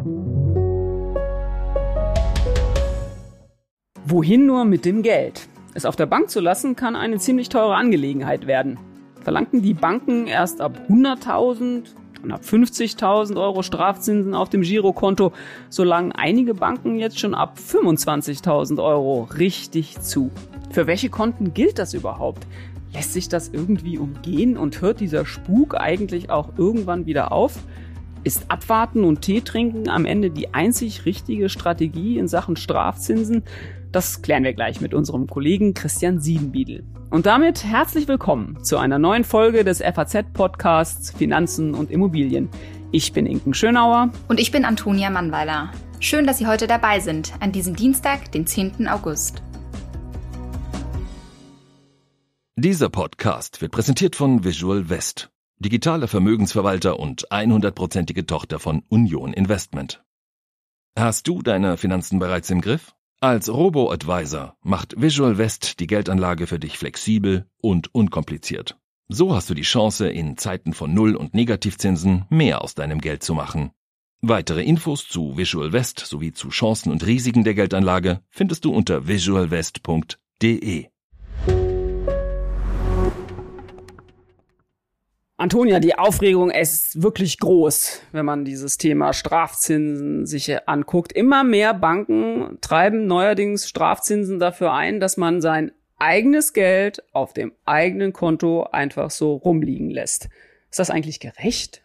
Wohin nur mit dem Geld? Es auf der Bank zu lassen, kann eine ziemlich teure Angelegenheit werden. Verlangten die Banken erst ab 100.000 und ab 50.000 Euro Strafzinsen auf dem Girokonto, so langen einige Banken jetzt schon ab 25.000 Euro richtig zu. Für welche Konten gilt das überhaupt? Lässt sich das irgendwie umgehen und hört dieser Spuk eigentlich auch irgendwann wieder auf? Ist Abwarten und Tee trinken am Ende die einzig richtige Strategie in Sachen Strafzinsen? Das klären wir gleich mit unserem Kollegen Christian Siebenbiedel. Und damit herzlich willkommen zu einer neuen Folge des FAZ-Podcasts Finanzen und Immobilien. Ich bin Inken Schönauer. Und ich bin Antonia Mannweiler. Schön, dass Sie heute dabei sind, an diesem Dienstag, den 10. August. Dieser Podcast wird präsentiert von Visual West, digitaler Vermögensverwalter und 100%ige Tochter von Union Investment. Hast du deine Finanzen bereits im Griff? Als Robo-Advisor macht Visual West die Geldanlage für dich flexibel und unkompliziert. So hast du die Chance, in Zeiten von Null- und Negativzinsen mehr aus deinem Geld zu machen. Weitere Infos zu Visual West sowie zu Chancen und Risiken der Geldanlage findest du unter visualwest.de. Antonia, die Aufregung ist wirklich groß, wenn man dieses Thema Strafzinsen sich anguckt. Immer mehr Banken treiben neuerdings Strafzinsen dafür ein, dass man sein eigenes Geld auf dem eigenen Konto einfach so rumliegen lässt. Ist das eigentlich gerecht?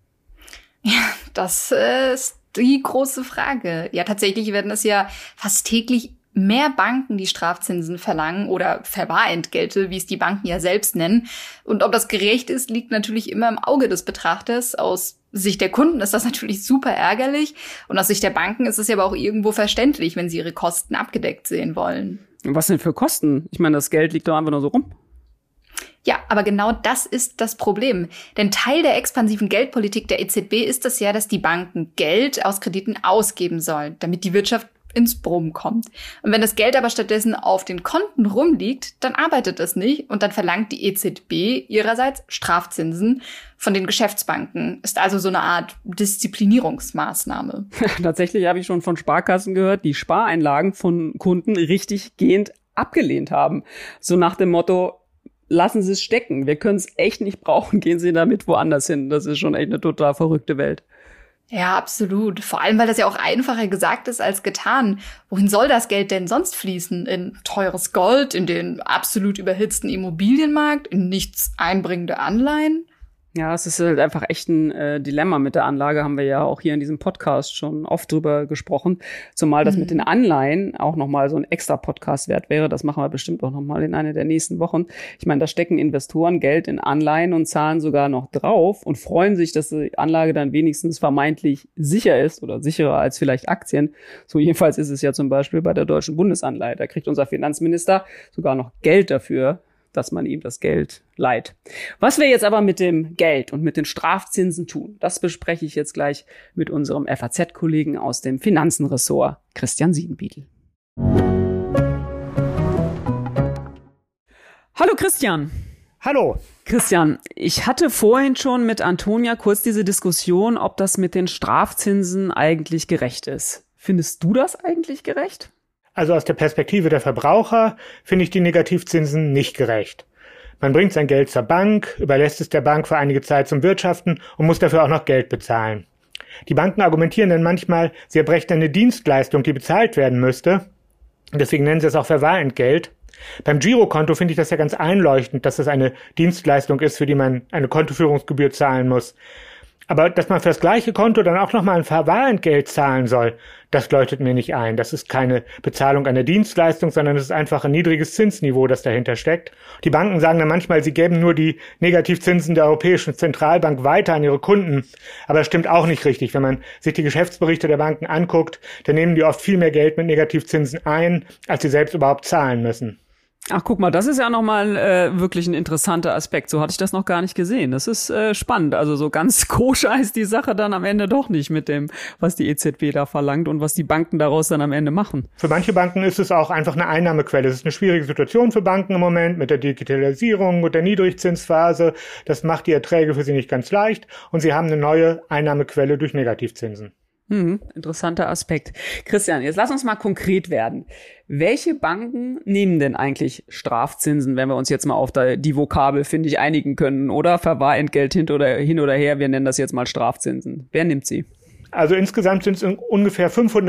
Ja, das ist die große Frage. Ja, tatsächlich werden es ja fast täglich mehr Banken, die Strafzinsen verlangen oder Verwahrentgelte, wie es die Banken ja selbst nennen. Und ob das gerecht ist, liegt natürlich immer im Auge des Betrachters. Aus Sicht der Kunden ist das natürlich super ärgerlich. Und aus Sicht der Banken ist es ja aber auch irgendwo verständlich, wenn sie ihre Kosten abgedeckt sehen wollen. Was denn für Kosten? Ich meine, das Geld liegt doch einfach nur so rum. Ja, aber genau das ist das Problem. Denn Teil der expansiven Geldpolitik der EZB ist es ja, dass die Banken Geld aus Krediten ausgeben sollen, damit die Wirtschaft ins Brummen kommt. Und wenn das Geld aber stattdessen auf den Konten rumliegt, dann arbeitet es nicht und dann verlangt die EZB ihrerseits Strafzinsen von den Geschäftsbanken. Ist also so eine Art Disziplinierungsmaßnahme. Tatsächlich habe ich schon von Sparkassen gehört, die Spareinlagen von Kunden richtiggehend abgelehnt haben. So nach dem Motto, lassen Sie es stecken, wir können es echt nicht brauchen, gehen Sie damit woanders hin. Das ist schon echt eine total verrückte Welt. Ja, absolut. Vor allem, weil das ja auch einfacher gesagt ist als getan. Wohin soll das Geld denn sonst fließen? In teures Gold, in den absolut überhitzten Immobilienmarkt, in nichts einbringende Anleihen? Ja, es ist halt einfach echt ein Dilemma mit der Anlage, haben wir ja auch hier in diesem Podcast schon oft drüber gesprochen. Zumal das mit den Anleihen auch nochmal so ein extra Podcast wert wäre. Das machen wir bestimmt auch nochmal in einer der nächsten Wochen. Ich meine, da stecken Investoren Geld in Anleihen und zahlen sogar noch drauf und freuen sich, dass die Anlage dann wenigstens vermeintlich sicher ist oder sicherer als vielleicht Aktien. So jedenfalls ist es ja zum Beispiel bei der Deutschen Bundesanleihe. Da kriegt unser Finanzminister sogar noch Geld dafür, dass man ihm das Geld leiht. Was wir jetzt aber mit dem Geld und mit den Strafzinsen tun, das bespreche ich jetzt gleich mit unserem FAZ-Kollegen aus dem Finanzenressort, Christian Siebenbiedel. Hallo Christian. Hallo. Christian, ich hatte vorhin schon mit Antonia kurz diese Diskussion, ob das mit den Strafzinsen eigentlich gerecht ist. Findest du das eigentlich gerecht? Also aus der Perspektive der Verbraucher finde ich die Negativzinsen nicht gerecht. Man bringt sein Geld zur Bank, überlässt es der Bank für einige Zeit zum Wirtschaften und muss dafür auch noch Geld bezahlen. Die Banken argumentieren dann manchmal, sie erbrächten eine Dienstleistung, die bezahlt werden müsste. Deswegen nennen sie es auch Verwahrentgelt. Beim Girokonto finde ich das ja ganz einleuchtend, dass es eine Dienstleistung ist, für die man eine Kontoführungsgebühr zahlen muss. Aber dass man für das gleiche Konto dann auch nochmal ein Verwahrentgelt zahlen soll, das leuchtet mir nicht ein. Das ist keine Bezahlung einer Dienstleistung, sondern es ist einfach ein niedriges Zinsniveau, das dahinter steckt. Die Banken sagen dann manchmal, sie geben nur die Negativzinsen der Europäischen Zentralbank weiter an ihre Kunden. Aber das stimmt auch nicht richtig. Wenn man sich die Geschäftsberichte der Banken anguckt, dann nehmen die oft viel mehr Geld mit Negativzinsen ein, als sie selbst überhaupt zahlen müssen. Ach, guck mal, das ist ja nochmal wirklich ein interessanter Aspekt. So hatte ich das noch gar nicht gesehen. Das ist spannend. Also so ganz koscher ist die Sache dann am Ende doch nicht mit dem, was die EZB da verlangt und was die Banken daraus dann am Ende machen. Für manche Banken ist es auch einfach eine Einnahmequelle. Es ist eine schwierige Situation für Banken im Moment mit der Digitalisierung und der Niedrigzinsphase. Das macht die Erträge für sie nicht ganz leicht und sie haben eine neue Einnahmequelle durch Negativzinsen. Interessanter Aspekt. Christian, jetzt lass uns mal konkret werden. Welche Banken nehmen denn eigentlich Strafzinsen, wenn wir uns jetzt mal auf die Vokabel, finde ich, einigen können? Oder Verwahrentgelt hin oder her, wir nennen das jetzt mal Strafzinsen. Wer nimmt sie? Also insgesamt sind es ungefähr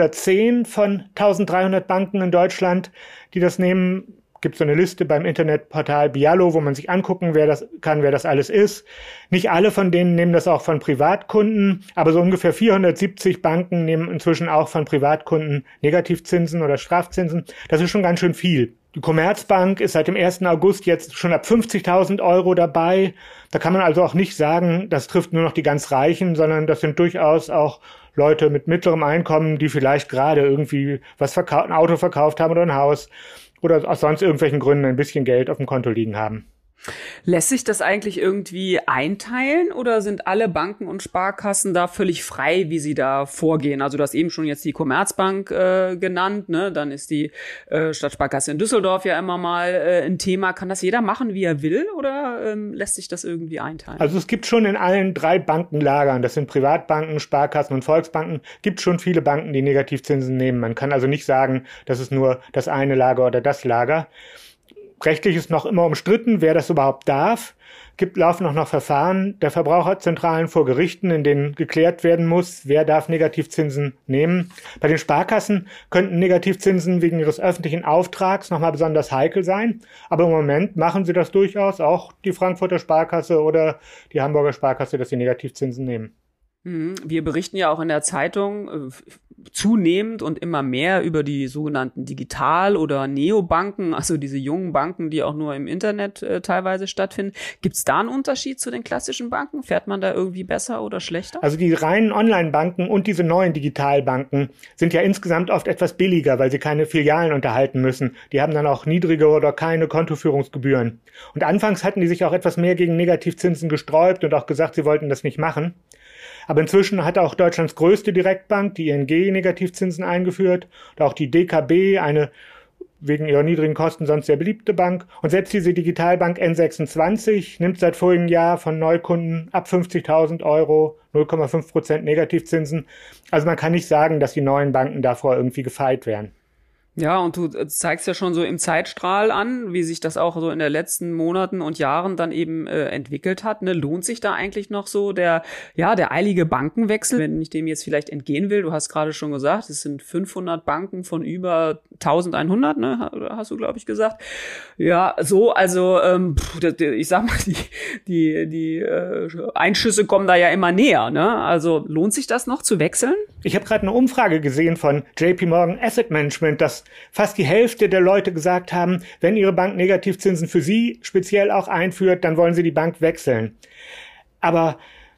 510 von 1300 Banken in Deutschland, die das nehmen. Gibt so eine Liste beim Internetportal Bialo, wo man sich angucken wer das alles ist. Nicht alle von denen nehmen das auch von Privatkunden, aber so ungefähr 470 Banken nehmen inzwischen auch von Privatkunden Negativzinsen oder Strafzinsen. Das ist schon ganz schön viel. Die Commerzbank ist seit dem 1. August jetzt schon ab 50.000 € dabei. Da kann man also auch nicht sagen, das trifft nur noch die ganz Reichen, sondern das sind durchaus auch Leute mit mittlerem Einkommen, die vielleicht gerade irgendwie ein Auto verkauft haben oder ein Haus oder aus sonst irgendwelchen Gründen ein bisschen Geld auf dem Konto liegen haben. Lässt sich das eigentlich irgendwie einteilen oder sind alle Banken und Sparkassen da völlig frei, wie sie da vorgehen? Also du hast eben schon jetzt die Commerzbank genannt, ne? Dann ist die Stadtsparkasse in Düsseldorf ja immer mal ein Thema. Kann das jeder machen, wie er will oder lässt sich das irgendwie einteilen? Also es gibt schon in allen 3 Bankenlagern, das sind Privatbanken, Sparkassen und Volksbanken, gibt schon viele Banken, die Negativzinsen nehmen. Man kann also nicht sagen, das ist nur das eine Lager oder das Lager. Rechtlich ist noch immer umstritten, wer das überhaupt darf. Laufen auch noch Verfahren der Verbraucherzentralen vor Gerichten, in denen geklärt werden muss, wer darf Negativzinsen nehmen. Bei den Sparkassen könnten Negativzinsen wegen ihres öffentlichen Auftrags nochmal besonders heikel sein. Aber im Moment machen sie das durchaus, auch die Frankfurter Sparkasse oder die Hamburger Sparkasse, dass sie Negativzinsen nehmen. Wir berichten ja auch in der Zeitung zunehmend und immer mehr über die sogenannten Digital- oder Neobanken, also diese jungen Banken, die auch nur im Internet teilweise stattfinden. Gibt es da einen Unterschied zu den klassischen Banken? Fährt man da irgendwie besser oder schlechter? Also die reinen Online-Banken und diese neuen Digitalbanken sind ja insgesamt oft etwas billiger, weil sie keine Filialen unterhalten müssen. Die haben dann auch niedrige oder keine Kontoführungsgebühren. Und anfangs hatten die sich auch etwas mehr gegen Negativzinsen gesträubt und auch gesagt, sie wollten das nicht machen. Aber inzwischen hat auch Deutschlands größte Direktbank, die ING, Negativzinsen eingeführt. Und auch die DKB, eine wegen ihrer niedrigen Kosten sonst sehr beliebte Bank. Und selbst diese Digitalbank N26 nimmt seit vorigem Jahr von Neukunden ab 50.000 € 0,5% Negativzinsen. Also man kann nicht sagen, dass die neuen Banken davor irgendwie gefeit wären. Ja, und du zeigst ja schon so im Zeitstrahl an, wie sich das auch so in den letzten Monaten und Jahren dann eben entwickelt hat. Ne? Lohnt sich da eigentlich noch so der eilige Bankenwechsel, wenn ich dem jetzt vielleicht entgehen will? Du hast gerade schon gesagt, es sind 500 Banken von über 1100, ne? Hast du, glaube ich, gesagt. Ja, so, also ich sag mal, die Einschüsse kommen da ja immer näher. Ne? Also lohnt sich das noch zu wechseln? Ich habe gerade eine Umfrage gesehen von JP Morgan Asset Management, dass fast die Hälfte der Leute gesagt haben, wenn ihre Bank Negativzinsen für sie speziell auch einführt, dann wollen sie die Bank wechseln. Aber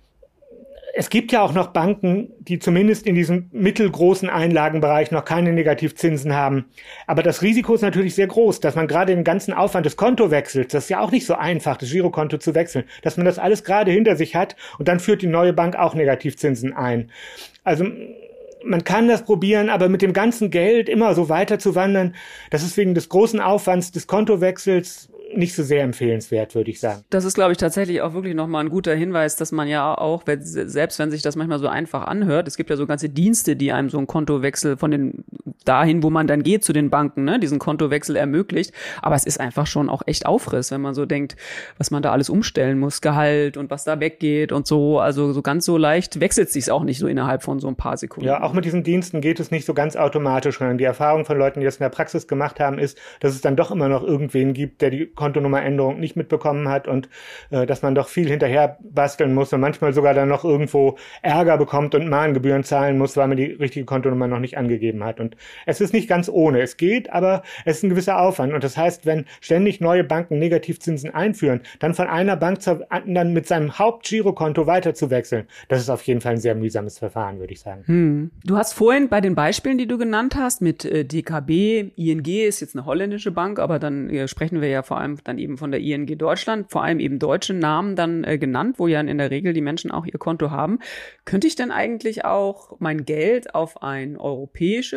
es gibt ja auch noch Banken, die zumindest in diesem mittelgroßen Einlagenbereich noch keine Negativzinsen haben. Aber das Risiko ist natürlich sehr groß, dass man gerade den ganzen Aufwand des Kontowechsels, das ist ja auch nicht so einfach, das Girokonto zu wechseln, dass man das alles gerade hinter sich hat und dann führt die neue Bank auch Negativzinsen ein. Also man kann das probieren, aber mit dem ganzen Geld immer so weiter zu wandern, das ist wegen des großen Aufwands des Kontowechsels nicht so sehr empfehlenswert, würde ich sagen. Das ist, glaube ich, tatsächlich auch wirklich nochmal ein guter Hinweis, dass man ja auch, selbst wenn sich das manchmal so einfach anhört, es gibt ja so ganze Dienste, die einem so einen Kontowechsel von den dahin, wo man dann geht zu den Banken, ne, diesen Kontowechsel ermöglicht. Aber es ist einfach schon auch echt Aufriss, wenn man so denkt, was man da alles umstellen muss, Gehalt und was da weggeht und so. Also so ganz so leicht wechselt sich's auch nicht so innerhalb von so ein paar Sekunden. Ja, auch mit diesen Diensten geht es nicht so ganz automatisch, sondern die Erfahrung von Leuten, die das in der Praxis gemacht haben, ist, dass es dann doch immer noch irgendwen gibt, der die Kontonummeränderung nicht mitbekommen hat und dass man doch viel hinterher basteln muss und manchmal sogar dann noch irgendwo Ärger bekommt und Mahngebühren zahlen muss, weil man die richtige Kontonummer noch nicht angegeben hat. Und es ist nicht ganz ohne. Es geht, aber es ist ein gewisser Aufwand. Und das heißt, wenn ständig neue Banken Negativzinsen einführen, dann von einer Bank zur anderen mit seinem Hauptgirokonto weiter zu wechseln, das ist auf jeden Fall ein sehr mühsames Verfahren, würde ich sagen. Du hast vorhin bei den Beispielen, die du genannt hast, mit DKB, ING ist jetzt eine holländische Bank, aber dann sprechen wir ja vor allem dann eben von der ING Deutschland, vor allem eben deutsche Namen dann genannt, wo ja in der Regel die Menschen auch ihr Konto haben. Könnte ich denn eigentlich auch mein Geld auf ein europäisches,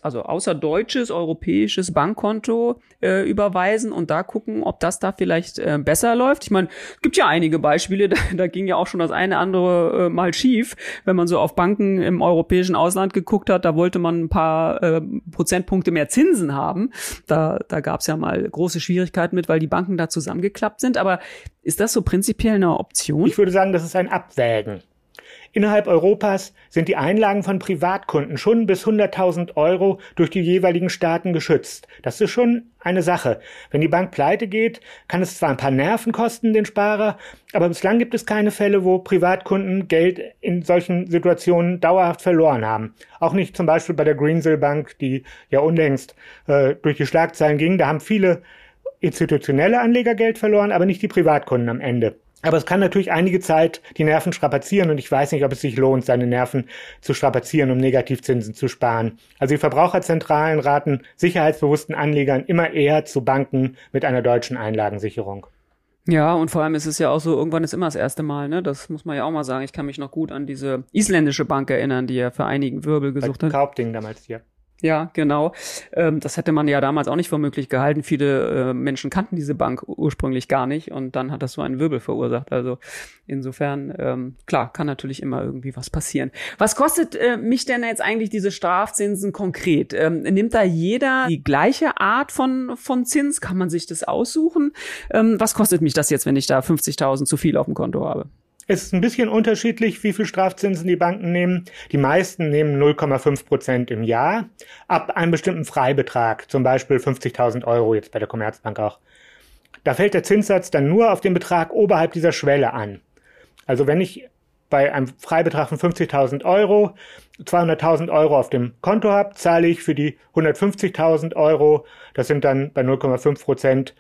also außer deutsches, europäisches Bankkonto überweisen und da gucken, ob das da vielleicht besser läuft. Ich meine, es gibt ja einige Beispiele, da ging ja auch schon das eine andere mal schief, wenn man so auf Banken im europäischen Ausland geguckt hat, da wollte man ein paar Prozentpunkte mehr Zinsen haben. Da gab es ja mal große Schwierigkeiten mit, weil die Banken da zusammengeklappt sind. Aber ist das so prinzipiell eine Option? Ich würde sagen, das ist ein Abwägen. Innerhalb Europas sind die Einlagen von Privatkunden schon bis 100.000 € durch die jeweiligen Staaten geschützt. Das ist schon eine Sache. Wenn die Bank pleite geht, kann es zwar ein paar Nerven kosten, den Sparer, aber bislang gibt es keine Fälle, wo Privatkunden Geld in solchen Situationen dauerhaft verloren haben. Auch nicht zum Beispiel bei der Greensill Bank, die ja unlängst durch die Schlagzeilen ging. Da haben viele institutionelle Anleger Geld verloren, aber nicht die Privatkunden am Ende. Aber es kann natürlich einige Zeit die Nerven strapazieren und ich weiß nicht, ob es sich lohnt, seine Nerven zu strapazieren, um Negativzinsen zu sparen. Also die Verbraucherzentralen raten sicherheitsbewussten Anlegern immer eher zu Banken mit einer deutschen Einlagensicherung. Ja, und vor allem ist es ja auch so, irgendwann ist immer das erste Mal, ne? Das muss man ja auch mal sagen. Ich kann mich noch gut an diese isländische Bank erinnern, die ja für einigen Wirbel gesucht hat. Kaupding damals hier. Ja, genau. Das hätte man ja damals auch nicht für möglich gehalten. Viele Menschen kannten diese Bank ursprünglich gar nicht und dann hat das so einen Wirbel verursacht. Also insofern, klar, kann natürlich immer irgendwie was passieren. Was kostet mich denn jetzt eigentlich diese Strafzinsen konkret? Nimmt da jeder die gleiche Art von Zins? Kann man sich das aussuchen? Was kostet mich das jetzt, wenn ich da 50.000 zu viel auf dem Konto habe? Es ist ein bisschen unterschiedlich, wie viel Strafzinsen die Banken nehmen. Die meisten nehmen 0,5% im Jahr ab einem bestimmten Freibetrag, zum Beispiel 50.000 € jetzt bei der Commerzbank auch. Da fällt der Zinssatz dann nur auf den Betrag oberhalb dieser Schwelle an. Also wenn ich bei einem Freibetrag von 50.000 €, 200.000 € auf dem Konto habe, zahle ich für die 150.000 €, das sind dann bei 0,5%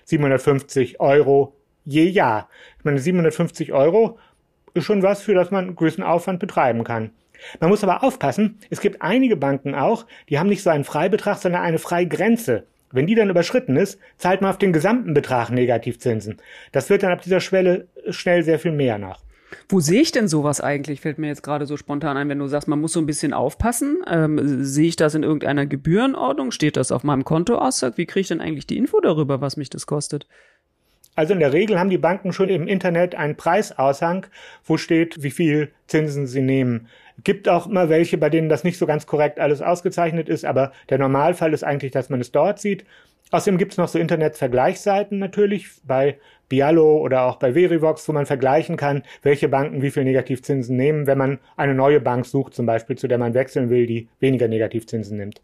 750 € je Jahr. Ich meine, 750 € ist schon was, für das man einen gewissen Aufwand betreiben kann. Man muss aber aufpassen, es gibt einige Banken auch, die haben nicht so einen Freibetrag, sondern eine Freigrenze. Wenn die dann überschritten ist, zahlt man auf den gesamten Betrag Negativzinsen. Das wird dann ab dieser Schwelle schnell sehr viel mehr nach. Wo sehe ich denn sowas eigentlich? Fällt mir jetzt gerade so spontan ein, wenn du sagst, man muss so ein bisschen aufpassen. Sehe ich das in irgendeiner Gebührenordnung? Steht das auf meinem Kontoauszug? Wie kriege ich denn eigentlich die Info darüber, was mich das kostet? Also in der Regel haben die Banken schon im Internet einen Preisaushang, wo steht, wie viel Zinsen sie nehmen. Gibt auch immer welche, bei denen das nicht so ganz korrekt alles ausgezeichnet ist, aber der Normalfall ist eigentlich, dass man es dort sieht. Außerdem gibt es noch so Internetvergleichsseiten natürlich bei Biallo oder auch bei Verivox, wo man vergleichen kann, welche Banken wie viel Negativzinsen nehmen, wenn man eine neue Bank sucht, zum Beispiel, zu der man wechseln will, die weniger Negativzinsen nimmt.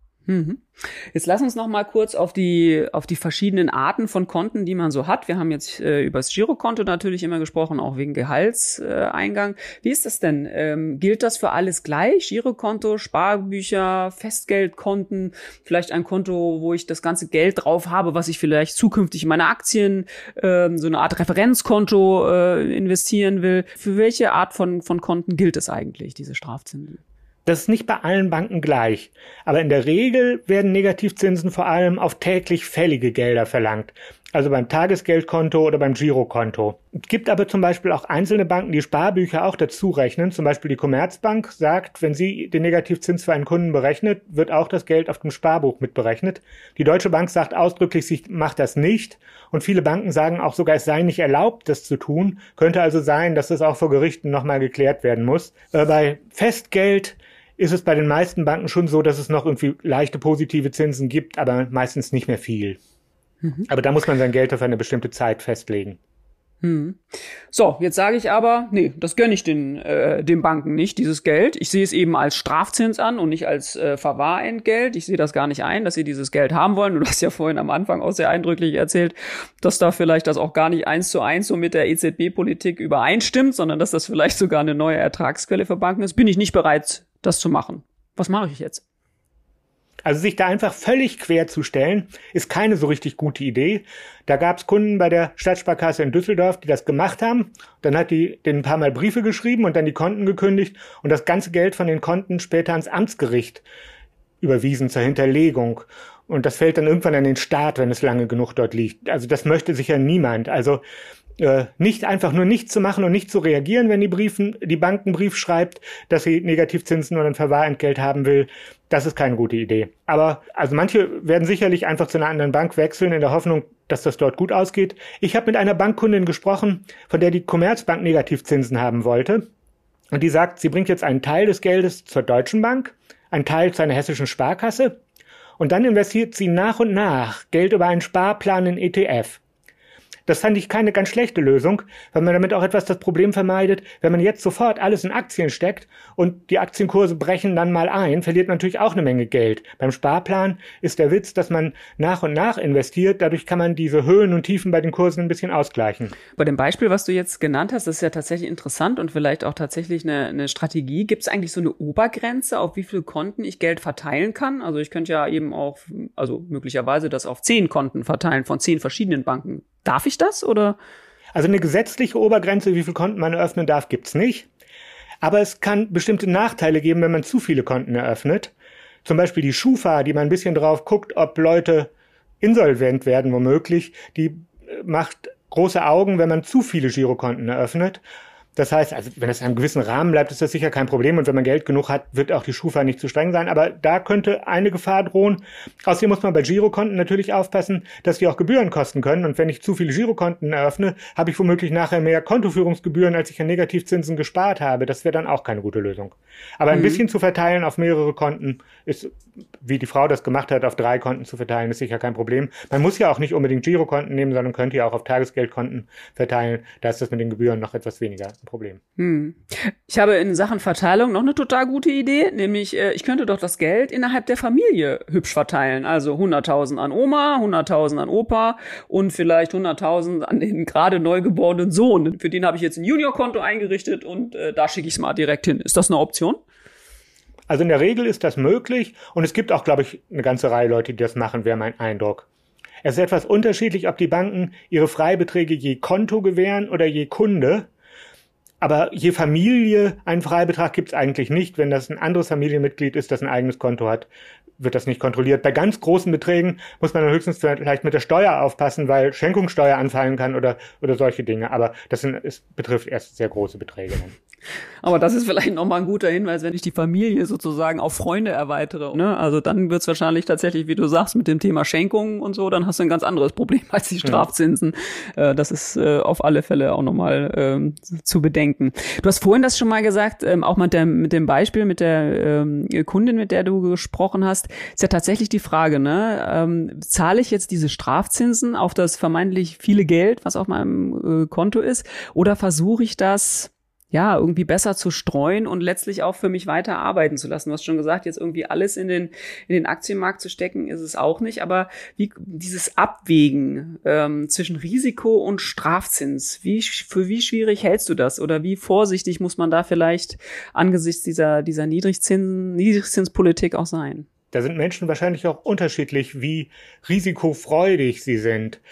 Jetzt lass uns noch mal kurz auf die verschiedenen Arten von Konten, die man so hat. Wir haben jetzt über das Girokonto natürlich immer gesprochen, auch wegen Gehaltseingang. Wie ist das denn? Gilt das für alles gleich? Girokonto, Sparbücher, Festgeldkonten, vielleicht ein Konto, wo ich das ganze Geld drauf habe, was ich vielleicht zukünftig in meine Aktien, so eine Art Referenzkonto investieren will. Für welche Art von Konten gilt es eigentlich, diese Strafzinsen? Das ist nicht bei allen Banken gleich, aber in der Regel werden Negativzinsen vor allem auf täglich fällige Gelder verlangt, also beim Tagesgeldkonto oder beim Girokonto. Es gibt aber zum Beispiel auch einzelne Banken, die Sparbücher auch dazu rechnen. Zum Beispiel die Commerzbank sagt, wenn sie den Negativzins für einen Kunden berechnet, wird auch das Geld auf dem Sparbuch mit berechnet. Die Deutsche Bank sagt ausdrücklich, sie macht das nicht. Und viele Banken sagen auch sogar, es sei nicht erlaubt, das zu tun. Könnte also sein, dass das auch vor Gerichten nochmal geklärt werden muss. Bei Festgeld ist es bei den meisten Banken schon so, dass es noch irgendwie leichte positive Zinsen gibt, aber meistens nicht mehr viel. Aber da muss man sein Geld auf eine bestimmte Zeit festlegen. So, jetzt sage ich aber, nee, das gönne ich den Banken nicht, dieses Geld. Ich sehe es eben als Strafzins an und nicht als Verwahrentgelt. Ich sehe das gar nicht ein, dass sie dieses Geld haben wollen. Du hast ja vorhin am Anfang auch sehr eindrücklich erzählt, dass da vielleicht das auch gar nicht 1:1 so mit der EZB-Politik übereinstimmt, sondern dass das vielleicht sogar eine neue Ertragsquelle für Banken ist. Bin ich nicht bereit, das zu machen. Was mache ich jetzt? Also sich da einfach völlig quer zu stellen, ist keine so richtig gute Idee. Da gab es Kunden bei der Stadtsparkasse in Düsseldorf, die das gemacht haben. Dann hat die denen ein paar Mal Briefe geschrieben und dann die Konten gekündigt und das ganze Geld von den Konten später ans Amtsgericht überwiesen zur Hinterlegung. Und das fällt dann irgendwann an den Staat, wenn es lange genug dort liegt. Also das möchte sicher niemand. Also nicht einfach nur nichts zu machen und nicht zu reagieren, wenn die Bank einen Brief schreibt, dass sie Negativzinsen oder ein Verwahrentgelt haben will. Das ist keine gute Idee. Aber also manche werden sicherlich einfach zu einer anderen Bank wechseln in der Hoffnung, dass das dort gut ausgeht. Ich habe mit einer Bankkundin gesprochen, von der die Commerzbank Negativzinsen haben wollte. Und die sagt, sie bringt jetzt einen Teil des Geldes zur Deutschen Bank, einen Teil zu einer hessischen Sparkasse und dann investiert sie nach und nach Geld über einen Sparplan in ETF. Das fand ich keine ganz schlechte Lösung, weil man damit auch etwas das Problem vermeidet, wenn man jetzt sofort alles in Aktien steckt und die Aktienkurse brechen dann mal ein, verliert man natürlich auch eine Menge Geld. Beim Sparplan ist der Witz, dass man nach und nach investiert, dadurch kann man diese Höhen und Tiefen bei den Kursen ein bisschen ausgleichen. Bei dem Beispiel, was du jetzt genannt hast, das ist ja tatsächlich interessant und vielleicht auch tatsächlich eine Strategie. Gibt es eigentlich so eine Obergrenze, auf wie viele Konten ich Geld verteilen kann? Also ich könnte ja eben auch, also möglicherweise das auf 10 Konten verteilen von 10 verschiedenen Banken. Darf ich das oder? Also eine gesetzliche Obergrenze, wie viele Konten man eröffnen darf, gibt's nicht. Aber es kann bestimmte Nachteile geben, wenn man zu viele Konten eröffnet. Zum Beispiel die Schufa, die mal ein bisschen drauf guckt, ob Leute insolvent werden, womöglich. Die macht große Augen, wenn man zu viele Girokonten eröffnet. Das heißt, also wenn es in einem gewissen Rahmen bleibt, ist das sicher kein Problem. Und wenn man Geld genug hat, wird auch die Schufa nicht zu streng sein. Aber da könnte eine Gefahr drohen. Außerdem muss man bei Girokonten natürlich aufpassen, dass die auch Gebühren kosten können. Und wenn ich zu viele Girokonten eröffne, habe ich womöglich nachher mehr Kontoführungsgebühren, als ich an Negativzinsen gespart habe. Das wäre dann auch keine gute Lösung. Aber ein bisschen zu verteilen auf mehrere Konten ist, wie die Frau das gemacht hat, auf 3 Konten zu verteilen, ist sicher kein Problem. Man muss ja auch nicht unbedingt Girokonten nehmen, sondern könnte ja auch auf Tagesgeldkonten verteilen. Da ist das mit den Gebühren noch etwas weniger ein Problem. Ich habe in Sachen Verteilung noch eine total gute Idee, nämlich ich könnte doch das Geld innerhalb der Familie hübsch verteilen. Also 100.000 an Oma, 100.000 an Opa und vielleicht 100.000 an den gerade neugeborenen Sohn. Für den habe ich jetzt ein Juniorkonto eingerichtet und da schicke ich es mal direkt hin. Ist das eine Option? Also in der Regel ist das möglich und es gibt auch, glaube ich, eine ganze Reihe Leute, die das machen, wäre mein Eindruck. Es ist etwas unterschiedlich, ob die Banken ihre Freibeträge je Konto gewähren oder je Kunde. Aber je Familie einen Freibetrag gibt es eigentlich nicht. Wenn das ein anderes Familienmitglied ist, das ein eigenes Konto hat, wird das nicht kontrolliert. Bei ganz großen Beträgen muss man dann höchstens vielleicht mit der Steuer aufpassen, weil Schenkungssteuer anfallen kann oder solche Dinge. Aber es betrifft erst sehr große Beträge. Aber das ist vielleicht nochmal ein guter Hinweis, wenn ich die Familie sozusagen auf Freunde erweitere. Ne? Also dann wird es wahrscheinlich tatsächlich, wie du sagst, mit dem Thema Schenkungen und so, dann hast du ein ganz anderes Problem als die Strafzinsen. Das ist auf alle Fälle auch nochmal zu bedenken. Du hast vorhin das schon mal gesagt, auch mit dem Beispiel mit der Kundin, mit der du gesprochen hast, ist ja tatsächlich die Frage, ne? Zahle ich jetzt diese Strafzinsen auf das vermeintlich viele Geld, was auf meinem Konto ist, oder versuche ich das ja irgendwie besser zu streuen und letztlich auch für mich weiter arbeiten zu lassen? Du hast schon gesagt, jetzt irgendwie alles in den Aktienmarkt zu stecken, ist es auch nicht. Aber dieses Abwägen zwischen Risiko und Strafzins, für wie schwierig hältst du das? Oder wie vorsichtig muss man da vielleicht angesichts dieser Niedrigzinspolitik auch sein? Da sind Menschen wahrscheinlich auch unterschiedlich, wie risikofreudig sie sind.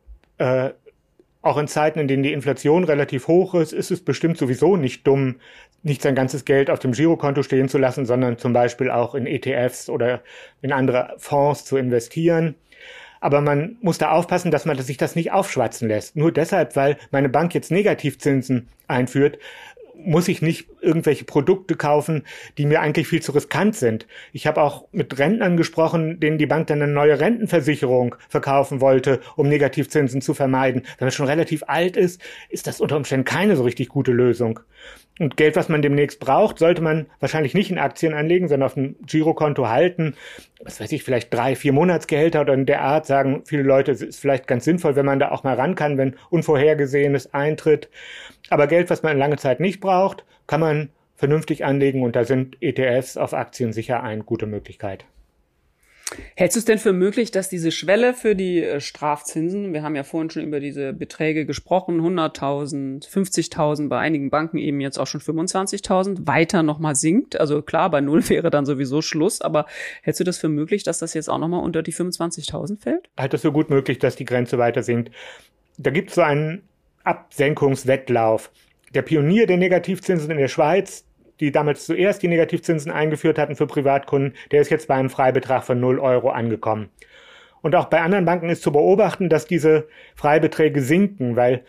Auch in Zeiten, in denen die Inflation relativ hoch ist, ist es bestimmt sowieso nicht dumm, nicht sein ganzes Geld auf dem Girokonto stehen zu lassen, sondern zum Beispiel auch in ETFs oder in andere Fonds zu investieren. Aber man muss da aufpassen, dass man sich das nicht aufschwatzen lässt. Nur deshalb, weil meine Bank jetzt Negativzinsen einführt, muss ich nicht irgendwelche Produkte kaufen, die mir eigentlich viel zu riskant sind. Ich habe auch mit Rentnern gesprochen, denen die Bank dann eine neue Rentenversicherung verkaufen wollte, um Negativzinsen zu vermeiden. Wenn man schon relativ alt ist, ist das unter Umständen keine so richtig gute Lösung. Und Geld, was man demnächst braucht, sollte man wahrscheinlich nicht in Aktien anlegen, sondern auf dem Girokonto halten. Was weiß ich, vielleicht 3-4 Monatsgehälter oder in der Art, sagen viele Leute, es ist vielleicht ganz sinnvoll, wenn man da auch mal ran kann, wenn Unvorhergesehenes eintritt. Aber Geld, was man in lange Zeit nicht braucht, kann man vernünftig anlegen und da sind ETFs auf Aktien sicher eine gute Möglichkeit. Hältst du es denn für möglich, dass diese Schwelle für die Strafzinsen, wir haben ja vorhin schon über diese Beträge gesprochen, 100.000, 50.000, bei einigen Banken eben jetzt auch schon 25.000, weiter nochmal sinkt? Also klar, bei 0 wäre dann sowieso Schluss, aber hältst du das für möglich, dass das jetzt auch nochmal unter die 25.000 fällt? Ich halte es für gut möglich, dass die Grenze weiter sinkt. Da gibt es so einen Absenkungswettlauf. Der Pionier der Negativzinsen in der Schweiz, die damals zuerst die Negativzinsen eingeführt hatten für Privatkunden, der ist jetzt bei einem Freibetrag von 0 Euro angekommen. Und auch bei anderen Banken ist zu beobachten, dass diese Freibeträge sinken, weil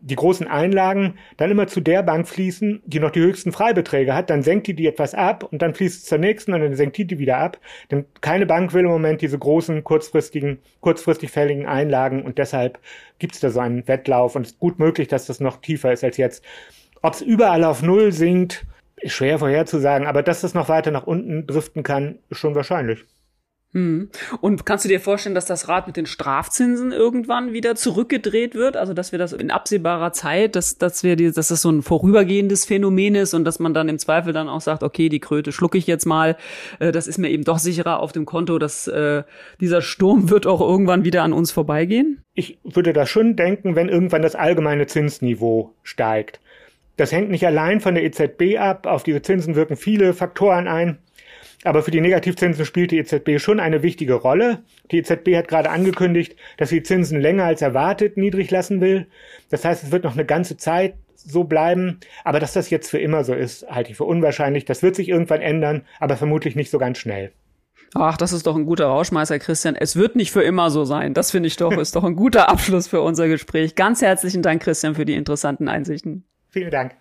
die großen Einlagen dann immer zu der Bank fließen, die noch die höchsten Freibeträge hat, dann senkt die etwas ab und dann fließt es zur nächsten und dann senkt die wieder ab. Denn keine Bank will im Moment diese großen, kurzfristig fälligen Einlagen und deshalb gibt es da so einen Wettlauf und es ist gut möglich, dass das noch tiefer ist als jetzt. Ob es überall auf Null sinkt, ist schwer vorherzusagen, aber dass das noch weiter nach unten driften kann, ist schon wahrscheinlich. Und kannst du dir vorstellen, dass das Rad mit den Strafzinsen irgendwann wieder zurückgedreht wird? Also, dass wir das in absehbarer Zeit, dass das so ein vorübergehendes Phänomen ist und dass man dann im Zweifel dann auch sagt, okay, die Kröte schlucke ich jetzt mal. Das ist mir eben doch sicherer auf dem Konto, dass dieser Sturm wird auch irgendwann wieder an uns vorbeigehen? Ich würde da schon denken, wenn irgendwann das allgemeine Zinsniveau steigt. Das hängt nicht allein von der EZB ab. Auf diese Zinsen wirken viele Faktoren ein. Aber für die Negativzinsen spielt die EZB schon eine wichtige Rolle. Die EZB hat gerade angekündigt, dass sie Zinsen länger als erwartet niedrig lassen will. Das heißt, es wird noch eine ganze Zeit so bleiben. Aber dass das jetzt für immer so ist, halte ich für unwahrscheinlich. Das wird sich irgendwann ändern, aber vermutlich nicht so ganz schnell. Ach, das ist doch ein guter Rauschmeißer, Christian. Es wird nicht für immer so sein. Das finde ich doch, ist doch ein guter Abschluss für unser Gespräch. Ganz herzlichen Dank, Christian, für die interessanten Einsichten. Vielen Dank.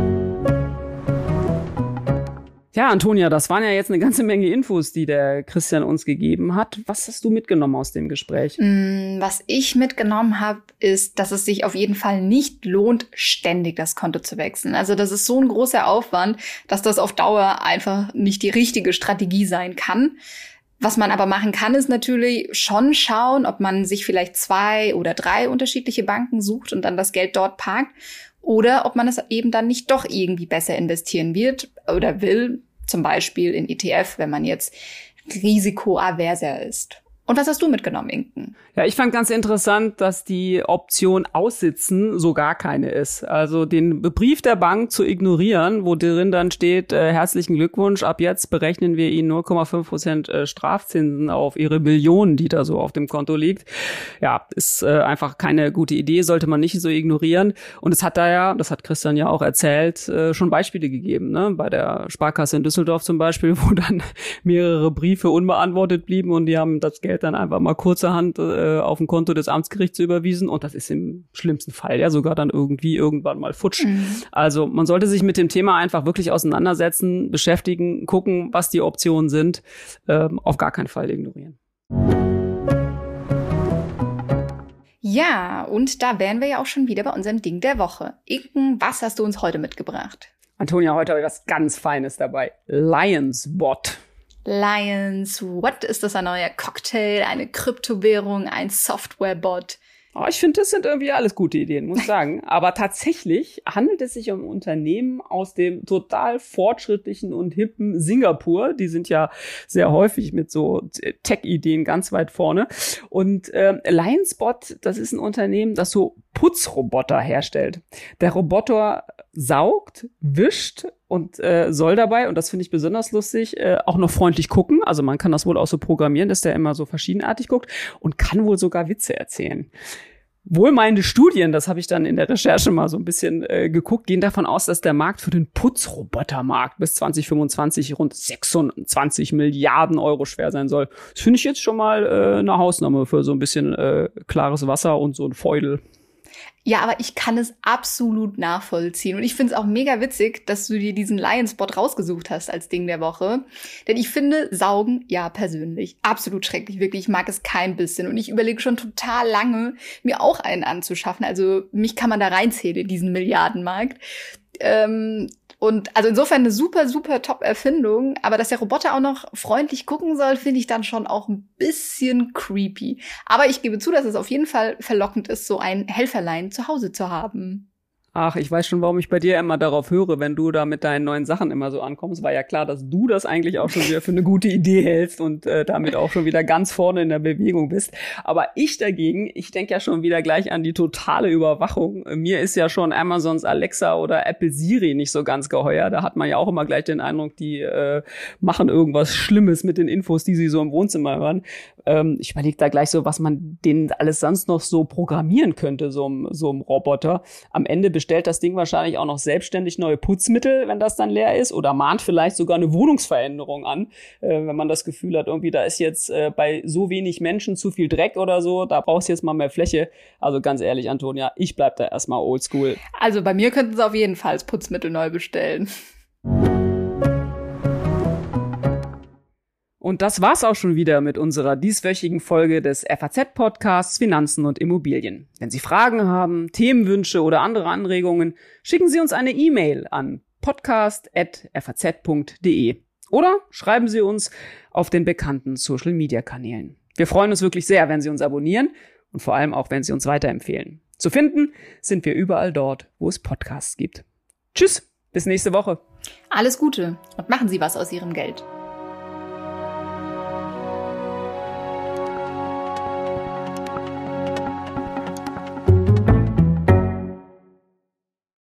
Ja, Antonia, das waren ja jetzt eine ganze Menge Infos, die der Christian uns gegeben hat. Was hast du mitgenommen aus dem Gespräch? Was ich mitgenommen habe, ist, dass es sich auf jeden Fall nicht lohnt, ständig das Konto zu wechseln. Also das ist so ein großer Aufwand, dass das auf Dauer einfach nicht die richtige Strategie sein kann. Was man aber machen kann, ist natürlich schon schauen, ob man sich vielleicht 2 oder 3 unterschiedliche Banken sucht und dann das Geld dort parkt. Oder ob man es eben dann nicht doch irgendwie besser investieren wird oder will, zum Beispiel in ETF, wenn man jetzt risikoaverser ist. Und was hast du mitgenommen, Inken? Ja, ich fand ganz interessant, dass die Option Aussitzen so gar keine ist. Also den Brief der Bank zu ignorieren, wo drin dann steht, herzlichen Glückwunsch, ab jetzt berechnen wir Ihnen 0,5% Strafzinsen auf Ihre Millionen, die da so auf dem Konto liegt. Ja, ist einfach keine gute Idee, sollte man nicht so ignorieren. Und es hat da ja, das hat Christian ja auch erzählt, schon Beispiele gegeben, ne? Bei der Sparkasse in Düsseldorf zum Beispiel, wo dann mehrere Briefe unbeantwortet blieben und die haben das Geld dann einfach mal kurzerhand auf ein Konto des Amtsgerichts überwiesen und das ist im schlimmsten Fall ja sogar dann irgendwann mal futsch. Also man sollte sich mit dem Thema einfach wirklich auseinandersetzen, beschäftigen, gucken, was die Optionen sind, auf gar keinen Fall ignorieren. Ja, und da wären wir ja auch schon wieder bei unserem Ding der Woche. Inken, was hast du uns heute mitgebracht? Antonia, heute habe ich was ganz Feines dabei. Lionsbot. Lionsbot, ist das ein neuer Cocktail, eine Kryptowährung, ein Softwarebot? Oh, ich finde, das sind irgendwie alles gute Ideen, muss ich sagen. Aber tatsächlich handelt es sich um ein Unternehmen aus dem total fortschrittlichen und hippen Singapur. Die sind ja sehr häufig mit so Tech-Ideen ganz weit vorne. Und Lionsbot, das ist ein Unternehmen, das so Putzroboter herstellt. Der Roboter saugt, wischt und soll dabei, und das finde ich besonders lustig, auch noch freundlich gucken. Also man kann das wohl auch so programmieren, dass der immer so verschiedenartig guckt und kann wohl sogar Witze erzählen. Wohlmeinende Studien, das habe ich dann in der Recherche mal so ein bisschen geguckt, gehen davon aus, dass der Markt für den Putzrobotermarkt bis 2025 rund 26 Milliarden Euro schwer sein soll. Das finde ich jetzt schon mal eine Hausnummer für so ein bisschen klares Wasser und so ein Feudel. Ja, aber ich kann es absolut nachvollziehen. Und ich finde es auch mega witzig, dass du dir diesen Lionsbot rausgesucht hast als Ding der Woche. Denn ich finde Saugen, ja, persönlich, absolut schrecklich. Wirklich, ich mag es kein bisschen. Und ich überlege schon total lange, mir auch einen anzuschaffen. Also mich kann man da reinzählen in diesen Milliardenmarkt. Und also insofern eine super, super Top-Erfindung. Aber dass der Roboter auch noch freundlich gucken soll, finde ich dann schon auch ein bisschen creepy. Aber ich gebe zu, dass es auf jeden Fall verlockend ist, so ein Helferlein zu Hause zu haben. Ach, ich weiß schon, warum ich bei dir immer darauf höre, wenn du da mit deinen neuen Sachen immer so ankommst. War ja klar, dass du das eigentlich auch schon wieder für eine gute Idee hältst und damit auch schon wieder ganz vorne in der Bewegung bist. Aber ich dagegen, ich denke ja schon wieder gleich an die totale Überwachung. Mir ist ja schon Amazons Alexa oder Apple Siri nicht so ganz geheuer. Da hat man ja auch immer gleich den Eindruck, die machen irgendwas Schlimmes mit den Infos, die sie so im Wohnzimmer hören. Ich überlege da gleich so, was man denen alles sonst noch so programmieren könnte, so einem Roboter. Am Ende bestellt das Ding wahrscheinlich auch noch selbstständig neue Putzmittel, wenn das dann leer ist, oder mahnt vielleicht sogar eine Wohnungsveränderung an, wenn man das Gefühl hat, irgendwie da ist jetzt bei so wenig Menschen zu viel Dreck oder so, da brauchst du jetzt mal mehr Fläche. Also ganz ehrlich, Antonia, ich bleib da erstmal oldschool. Also bei mir könnten sie auf jeden Fall das Putzmittel neu bestellen. Und das war's auch schon wieder mit unserer dieswöchigen Folge des FAZ-Podcasts Finanzen und Immobilien. Wenn Sie Fragen haben, Themenwünsche oder andere Anregungen, schicken Sie uns eine E-Mail an podcast@faz.de oder schreiben Sie uns auf den bekannten Social-Media-Kanälen. Wir freuen uns wirklich sehr, wenn Sie uns abonnieren und vor allem auch, wenn Sie uns weiterempfehlen. Zu finden sind wir überall dort, wo es Podcasts gibt. Tschüss, bis nächste Woche. Alles Gute und machen Sie was aus Ihrem Geld.